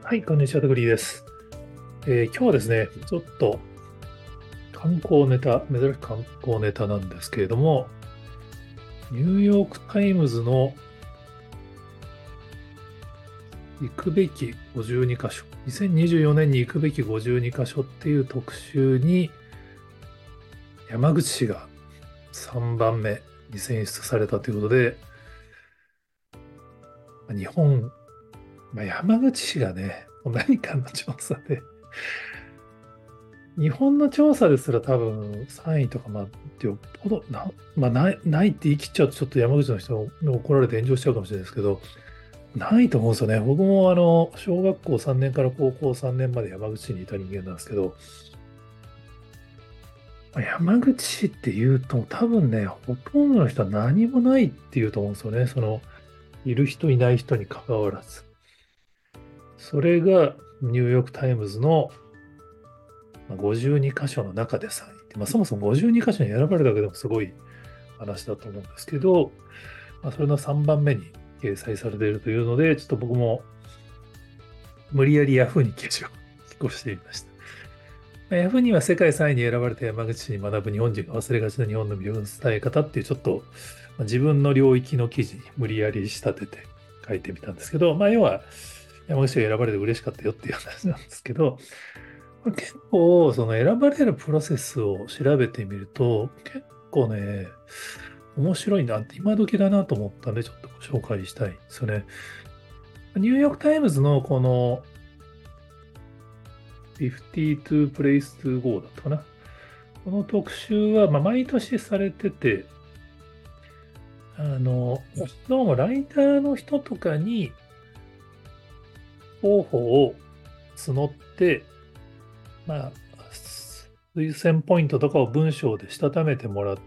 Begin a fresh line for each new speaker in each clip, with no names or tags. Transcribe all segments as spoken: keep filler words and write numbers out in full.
はい、こんにちは、たくりです。えー今日はですね、ちょっと観光ネタ、珍しく観光ネタなんですけれども、ニューヨークタイムズの行くべきごじゅうにカ所、にせんにじゅうよねんに行くべきごじゅうにカ所っていう特集に、山口市がさんばんめに選出されたということで、まあ日本、まあ、山口市がね、何かの調査で日本の調査ですら多分さんいとか、まあ、よっぽどな、まあ、ない、ないって言い切っちゃうと、ちょっと山口の人に怒られて炎上しちゃうかもしれないですけど、ないと思うんですよね。僕もあの、小学校さんねんから高校さんねんまで山口市にいた人間なんですけど、まあ山口市っていうと、多分ね、ほとんどの人は何もないっていうと思うんですよね。その、いる人いない人に関わらず。それがニューヨークタイムズのまあごじゅうにカ所の中でさんいって、まあ、そもそもごじゅうにカ所に選ばれただけでもすごい話だと思うんですけど、まあ、それのさんばんめに掲載されているというので、ちょっと僕も無理やりヤフーに記事を寄稿してみました。まあヤフーには世界さんいに選ばれた山口市に学ぶ日本人が忘れがちな日本の魅力の伝え方っていうちょっと、まあ、自分の領域の記事に無理やり仕立てて書いてみたんですけど、まあ、要は山口市が選ばれて嬉しかったよっていう話なんですけど、これ結構その選ばれるプロセスを調べてみると結構ね、面白いなって、今時だなと思ったんで、ちょっとご紹介したいんですよね。ニューヨークタイムズのこのごじゅうに Place to Go だったかな。この特集は、まあ、毎年されてて、あの、どうもライターの人とかに候補を募って、まあ、推薦ポイントとかを文章でしたためてもらって、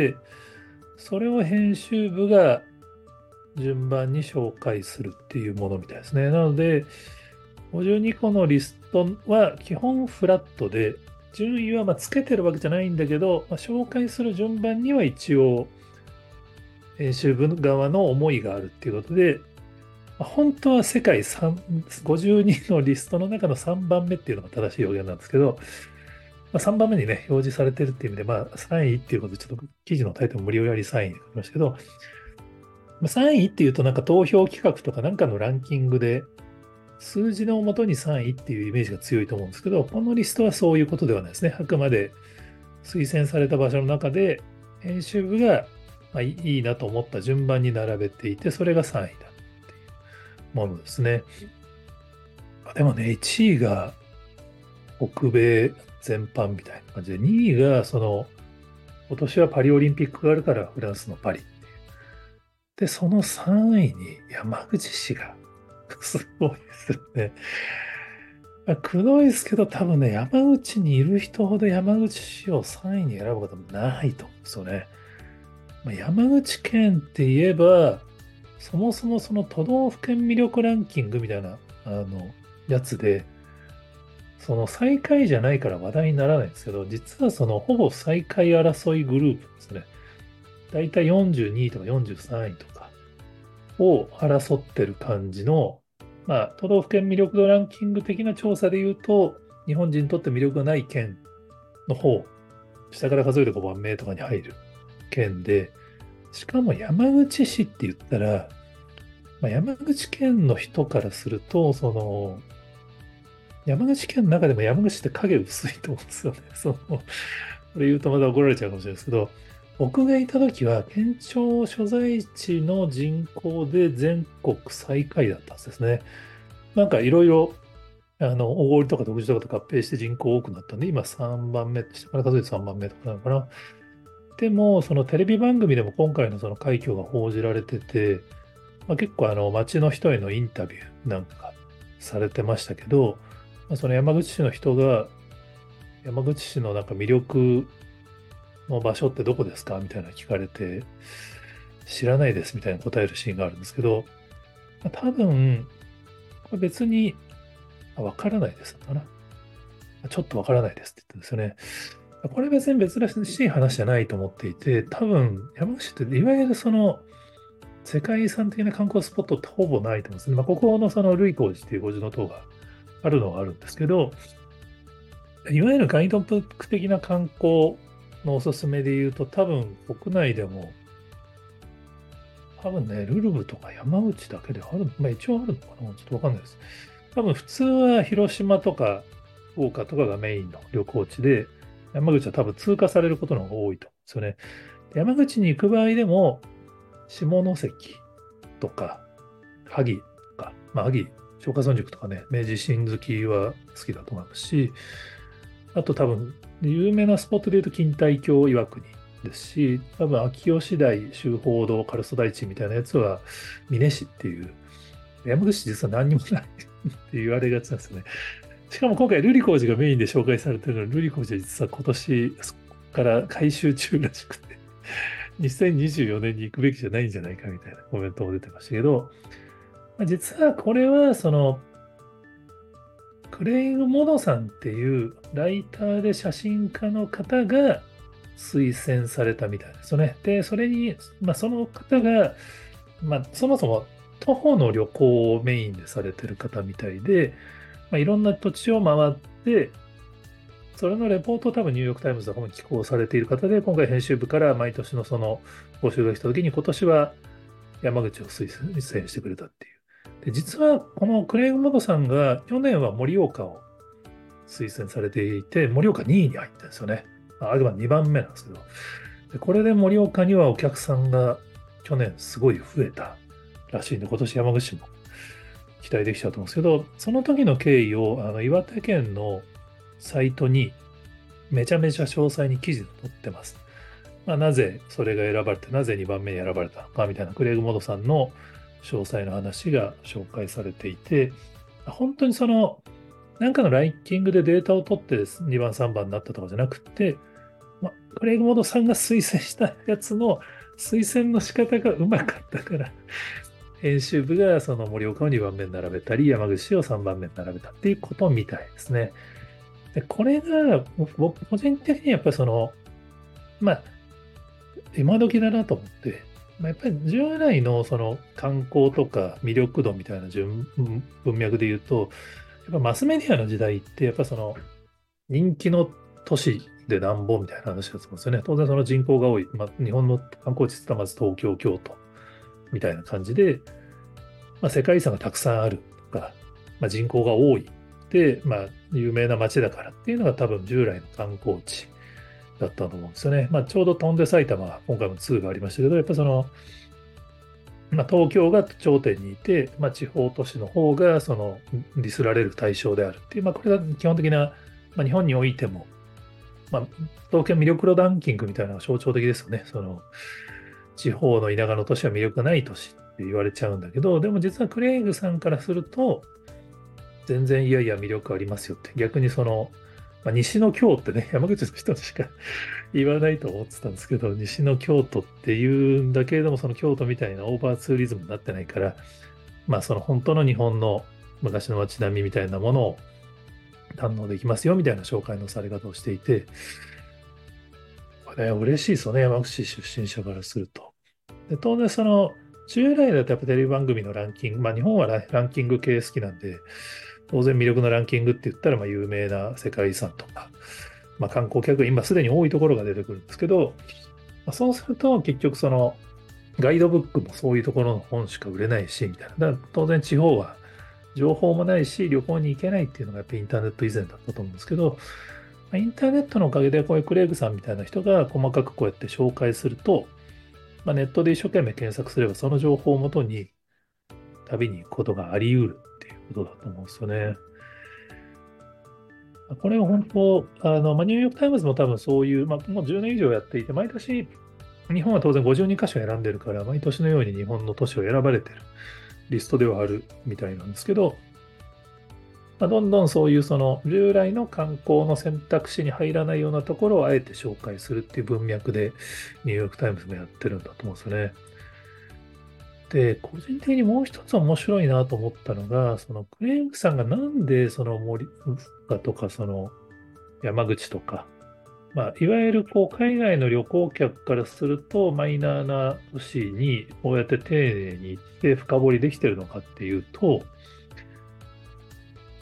それを編集部が順番に紹介するっていうものみたいですね。なので、ごじゅうにこのリストは基本フラットで、順位はまあつけてるわけじゃないんだけど、まあ、紹介する順番には一応編集部側の思いがあるっていうことで、まあ本当は世界さんごじゅうにのリストの中のさんばんめっていうのが正しい表現なんですけど、まあ、さんばんめにね、表示されてるっていう意味で、まあさんいっていうことで、ちょっと記事のタイトル無理やりさんいに書きましたけど、まあさんいっていうとなんか投票企画とかなんかのランキングで数字のもとにさんいっていうイメージが強いと思うんですけど、このリストはそういうことではないですね。あくまで推薦された場所の中で編集部がまあいいなと思った順番に並べていて、それがさんいだっていうものですね。でもね、いちいが北米全般みたいな感じで、にいがその今年はパリオリンピックがあるからフランスのパリ。で、そのさんいに山口市がすごいですよね。まあくどいですけど、多分ね、山口にいる人ほど山口市をさんいに選ぶこともないと思うんですよね。まあ、山口県って言えば、そもそもその都道府県魅力ランキングみたいな、あの、やつで、その最下位じゃないから話題にならないんですけど、実はそのほぼ最下位争いグループですね。だいたいよんじゅうにいとかよんじゅうさんいとかを争ってる感じの、まあ、都道府県魅力度ランキング的な調査で言うと、日本人にとって魅力がない県の方、下から数えてごばんめとかに入る県で、しかも山口市って言ったら、まあ、山口県の人からすると、その、山口県の中でも山口って影薄いと思うんですよね。その、これ言うとまた怒られちゃうかもしれないですけど、僕がいた時は県庁所在地の人口で全国最下位だったはずですね。なんかいろいろ、あの、小郡とか独自とかと合併して人口多くなったんで、今さんばんめ、下から数えてさんばんめとかなのかな。でも、そのテレビ番組でも今回のその快挙が報じられてて、まあ、結構あの街の人へのインタビューなんかされてましたけど、まあ、その山口市の人が山口市のなんか魅力の場所ってどこですかみたいなの聞かれて、知らないですみたいな答えるシーンがあるんですけど、まあ、多分、これ別に、あわからないですかな。ちょっとわからないですって言ってるんですよね。これ別に珍しい話じゃないと思っていて、多分山口っていわゆるその世界遺産的な観光スポットってほぼないと思うんですね。まあ、ここのその類光寺っていう五重塔があるのはあるんですけど、いわゆるガイドブック的な観光のおすすめで言うと、多分国内でも、多分ね、ルルブとか山口だけである、まあ一応あるのかな、ちょっとわかんないです。多分普通は広島とか福岡とかがメインの旅行地で、山口は多分通過されることの方が多いと思うんですよね。で山口に行く場合でも、下関とか、萩とか、まあ、萩、松下村塾とかね、明治新好きは好きだと思いますし、あと多分、有名なスポットで言うと、錦帯橋岩国ですし、多分、秋吉台、周芳堂、唐須台地みたいなやつは、美祢市っていう、山口市実は何にもないって言われがちなんですよね。しかも今回、瑠璃光寺がメインで紹介されてるのに、瑠璃光寺は実は今年から改修中らしくて、にせんにじゅうよねんに行くべきじゃないんじゃないかみたいなコメントも出てましたけど、まあ実はこれは、その、クレイグ・モドさんっていうライターで写真家の方が推薦されたみたいですよね。で、それに、まあ、その方が、まあ、そもそも徒歩の旅行をメインでされてる方みたいで、まあ、いろんな土地を回って、それのレポートを多分ニューヨーク・タイムズの方に寄稿されている方で、今回編集部から毎年のその募集が来た時に、今年は山口を推薦してくれたっていう。で、実はこのクレイグ・モドさんが去年は盛岡を推薦されていて、盛岡にいに入ったんですよね。ああくまでにばんめなんですけど。で、これで盛岡にはお客さんが去年すごい増えたらしいんで、今年山口も期待できちゃうと思うんですけど、その時の経緯をあの岩手県のサイトにめちゃめちゃ詳細に記事を載ってます。まあ、なぜそれが選ばれて、なぜにばんめに選ばれたのかみたいなクレイグ・モドさんの詳細な話が紹介されていて、本当にその、なんかのランキングでデータを取ってにばん、さんばんになったとかじゃなくて、まあ、クレイグ・モドさんが推薦したやつの推薦の仕方がうまかったから、編集部がその盛岡をにばんめに並べたり、山口をさんばんめに並べたっていうことみたいですね。で、これが、僕個人的にやっぱりその、まあ、今時だなと思って、まあ、やっぱり従来のその観光とか魅力度みたいな順文脈で言うと、やっぱマスメディアの時代って、やっぱその人気の都市でなんぼみたいな話だと思うんですよね。当然その人口が多い、まあ、日本の観光地って言ったらまず東京、京都みたいな感じで、まあ、世界遺産がたくさんあるとか、まあ、人口が多いで、まあ、有名な街だからっていうのが多分従来の観光地だったと思うんですよね。まあ、ちょうど飛んで埼玉、今回もツーがありましたけど、やっぱその、まあ、東京が頂点にいて、まあ、地方都市の方がそのディスられる対象であるっていう、まあ、これが基本的な、まあ、日本においても、まあ、東京魅力度ランキングみたいなのが象徴的ですよね。その地方の田舎の都市は魅力がない都市って言われちゃうんだけど、でも実はクレイグさんからすると、全然いやいや魅力ありますよって、逆にその、まあ、西の京ってね、山口の人しか言わないと思ってたんですけど、西の京都っていうんだけれども、その京都みたいなオーバーツーリズムになってないから、まあその本当の日本の昔の街並みみたいなものを堪能できますよみたいな紹介のされ方をしていて、これ嬉しいですよね、山口出身者からすると。で、当然その、従来だとやっぱテレビ番組のランキング、まあ日本はラランキング系好きなんで、当然魅力のランキングって言ったら、まあ有名な世界遺産とか、まあ観光客が今すでに多いところが出てくるんですけど、まあ、そうすると結局そのガイドブックもそういうところの本しか売れないし、みたいな。だから当然地方は情報もないし、旅行に行けないっていうのがやっぱりインターネット以前だったと思うんですけど、まあインターネットのおかげでこういうクレイグさんみたいな人が細かくこうやって紹介すると、まあ、ネットで一生懸命検索すればその情報をもとに旅に行くことがあり得るっていうことだと思うんですよね。これは本当、あの、まあ、ニューヨーク・タイムズも多分そういう、まあ、もうじゅうねん以上やっていて、毎年、日本は当然ごじゅうに箇所選んでるから、毎年のように日本の都市を選ばれてるリストではあるみたいなんですけど、まあ、どんどんそういうその従来の観光の選択肢に入らないようなところをあえて紹介するっていう文脈で、ニューヨーク・タイムズもやってるんだと思うんですよね。で、個人的にもう一つ面白いなと思ったのが、そのクレイグさんがなんでその森岡とかその山口とか、まあ、いわゆるこう海外の旅行客からするとマイナーな都市にこうやって丁寧に行って深掘りできてるのかっていうと、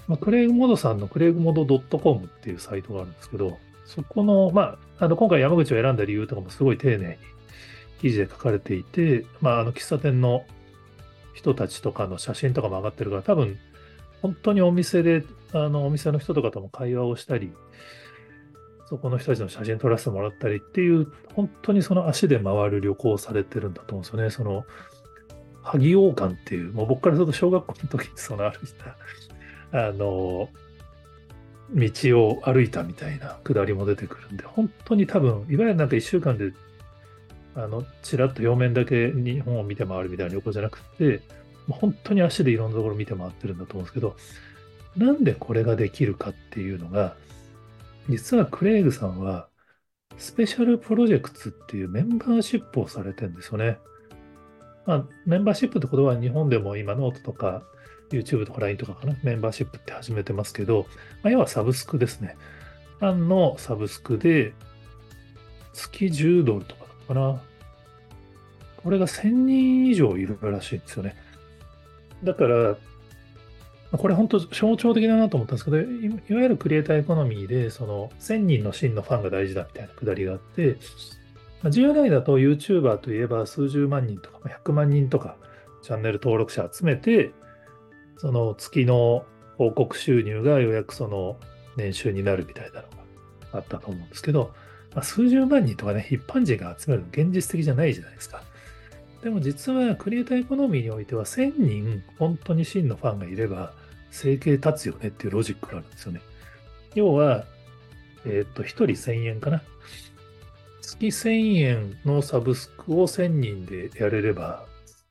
まあ、クレイグモドさんのクレイグモドドットコムっていうサイトがあるんですけど、そこの、まあ、あの今回山口を選んだ理由とかもすごい丁寧に記事で書かれていて、まあ、あの喫茶店の人たちとかの写真とかも上がってるから、多分本当にお店で、あのお店の人とかとも会話をしたり、そこの人たちの写真撮らせてもらったりっていう、本当にその足で回る旅行をされてるんだと思うんですよね。その萩王館っていう、もう僕からすると小学校の時にその歩いた、あの、道を歩いたみたいな下りも出てくるんで、本当に多分、いわゆるなんかいっしゅうかんで、あの、ちらっと表面だけ日本を見て回るみたいな旅行じゃなくて、もう本当に足でいろんなところ見て回ってるんだと思うんですけど、なんでこれができるかっていうのが、実はクレイグさんは、スペシャルプロジェクトっていうメンバーシップをされてるんですよね。まあ、メンバーシップってことは日本でも今ノートとか YouTube とか ライン とかかな、メンバーシップって始めてますけど、まあ、要はサブスクですね。ファンのサブスクで月じゅうドルとかだったかな。これがせんにん以上いるらしいんですよね。だから、これ本当象徴的だなと思ったんですけど、いいわゆるクリエイターエコノミーで、そのせんにんの真のファンが大事だみたいなくだりがあって、まあ従来だと YouTuber といえば数十万人とかまあひゃくまん人とかチャンネル登録者集めて、その月の広告収入がようやくその年収になるみたいなのがあったと思うんですけど、まあ、数十万人とかね、一般人が集めるの現実的じゃないじゃないですか。でも実はクリエイターエコノミーにおいてはせんにん本当に真のファンがいれば生計立つよねっていうロジックがあるんですよね。要は、えっと、ひとりせんえんかな。月せんえんのサブスクをせんにんでやれれば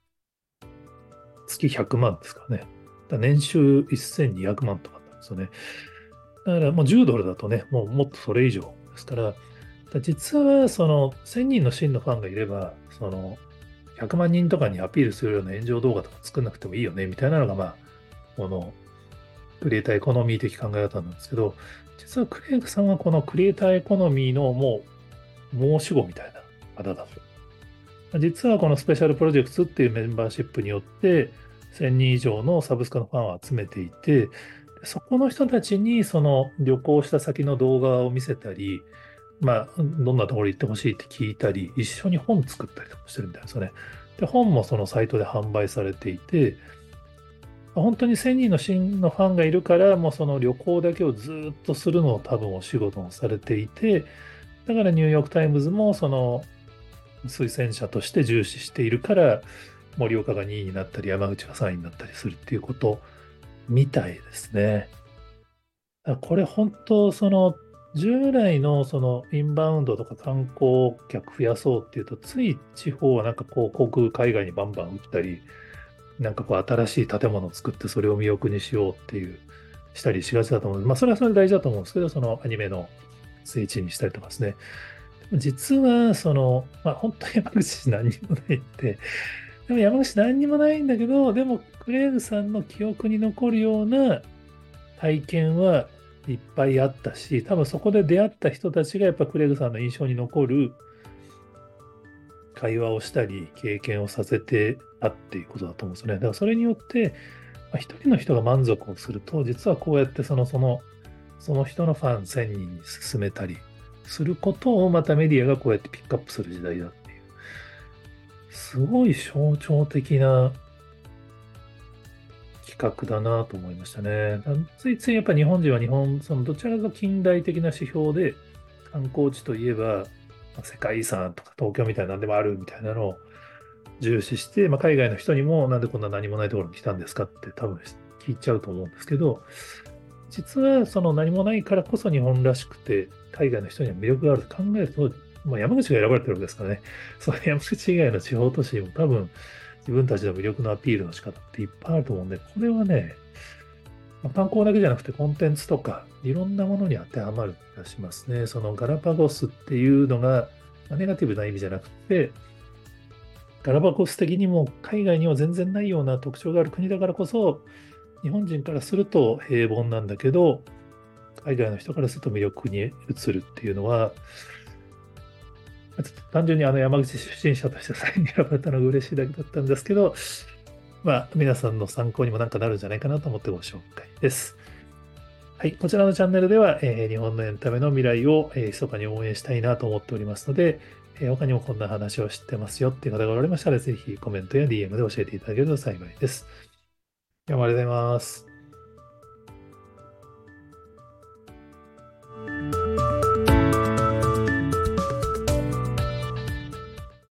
月ひゃくまんですからね。だから年収せんにひゃくまんとかなんですよね。だからもうじゅうドルだとね、もうもっとそれ以上ですから、だから実はそのせんにんの真のファンがいれば、そのひゃくまん人とかにアピールするような炎上動画とか作んなくてもいいよねみたいなのが、まあ、このクリエイターエコノミー的考え方なんですけど、実はクレイグさんはこのクリエイターエコノミーのもう申し子みたいな方だと。実はこのスペシャルプロジェクトっていうメンバーシップによってせんにん以上のサブスクのファンを集めていて、そこの人たちにその旅行した先の動画を見せたり、まあ、どんなところ行ってほしいって聞いたり、一緒に本作ったりとかしてるみたいですよね。で、本もそのサイトで販売されていて、本当にせんにんの真のファンがいるから、もうその旅行だけをずっとするのを多分お仕事をされていて、だからニューヨーク・タイムズもその推薦者として重視しているから、森岡がにいになったり、山口がさんいになったりするっていうことみたいですね。だからこれ本当、その従来のそのインバウンドとか観光客増やそうっていうと、つい地方はなんかこう航空海外にバンバン打ったり、なんかこう新しい建物を作ってそれを魅力にしようっていうしたりしがちだと思うんです。まあそれはそれで大事だと思うんですけど、そのアニメの聖地にしたりとかですね。でも実はその、まあ本当に山口何にもないって、でも山口何にもないんだけど、でもクレイグさんの記憶に残るような体験はいっぱいあったし、多分そこで出会った人たちがやっぱクレイグさんの印象に残る会話をしたり、経験をさせてたっていうことだと思うんですよね。だからそれによって、まあ、一人の人が満足をすると、実はこうやってその、その、その人のファンせんにんに勧めたりすることをまたメディアがこうやってピックアップする時代だっていう、すごい象徴的な企画だなと思いましたね。ついついやっぱ日本人は日本、そのどちらかというと近代的な指標で観光地といえば、まあ世界遺産とか東京みたいな何でもあるみたいなのを重視して、まあ、海外の人にもなんでこんな何もないところに来たんですかって多分聞いちゃうと思うんですけど、実はその何もないからこそ日本らしくて海外の人には魅力があると考えると、まあ、山口が選ばれてるわけですからね、その山口以外の地方都市も多分自分たちの魅力のアピールの仕方っていっぱいあると思うんで、これはね、まあ、観光だけじゃなくてコンテンツとかいろんなものに当てはまる気がしますね。そのガラパゴスっていうのがネガティブな意味じゃなくて、ガラパゴス的にも海外には全然ないような特徴がある国だからこそ、日本人からすると平凡なんだけど、海外の人からすると魅力に映るっていうのは、単純にあの山口出身者としてサインに選ばれたのが嬉しいだけだったんですけど、まあ、皆さんの参考にもなんかなるんじゃないかなと思ってご紹介です。 はい、こちらのチャンネルでは、えー日本のエンタメの未来を、えー密かに応援したいなと思っておりますので、えー他にもこんな話を知ってますよっていう方がおられましたら、ぜひコメントや ディーエム で教えていただけると幸いです。どうもありがとうございます。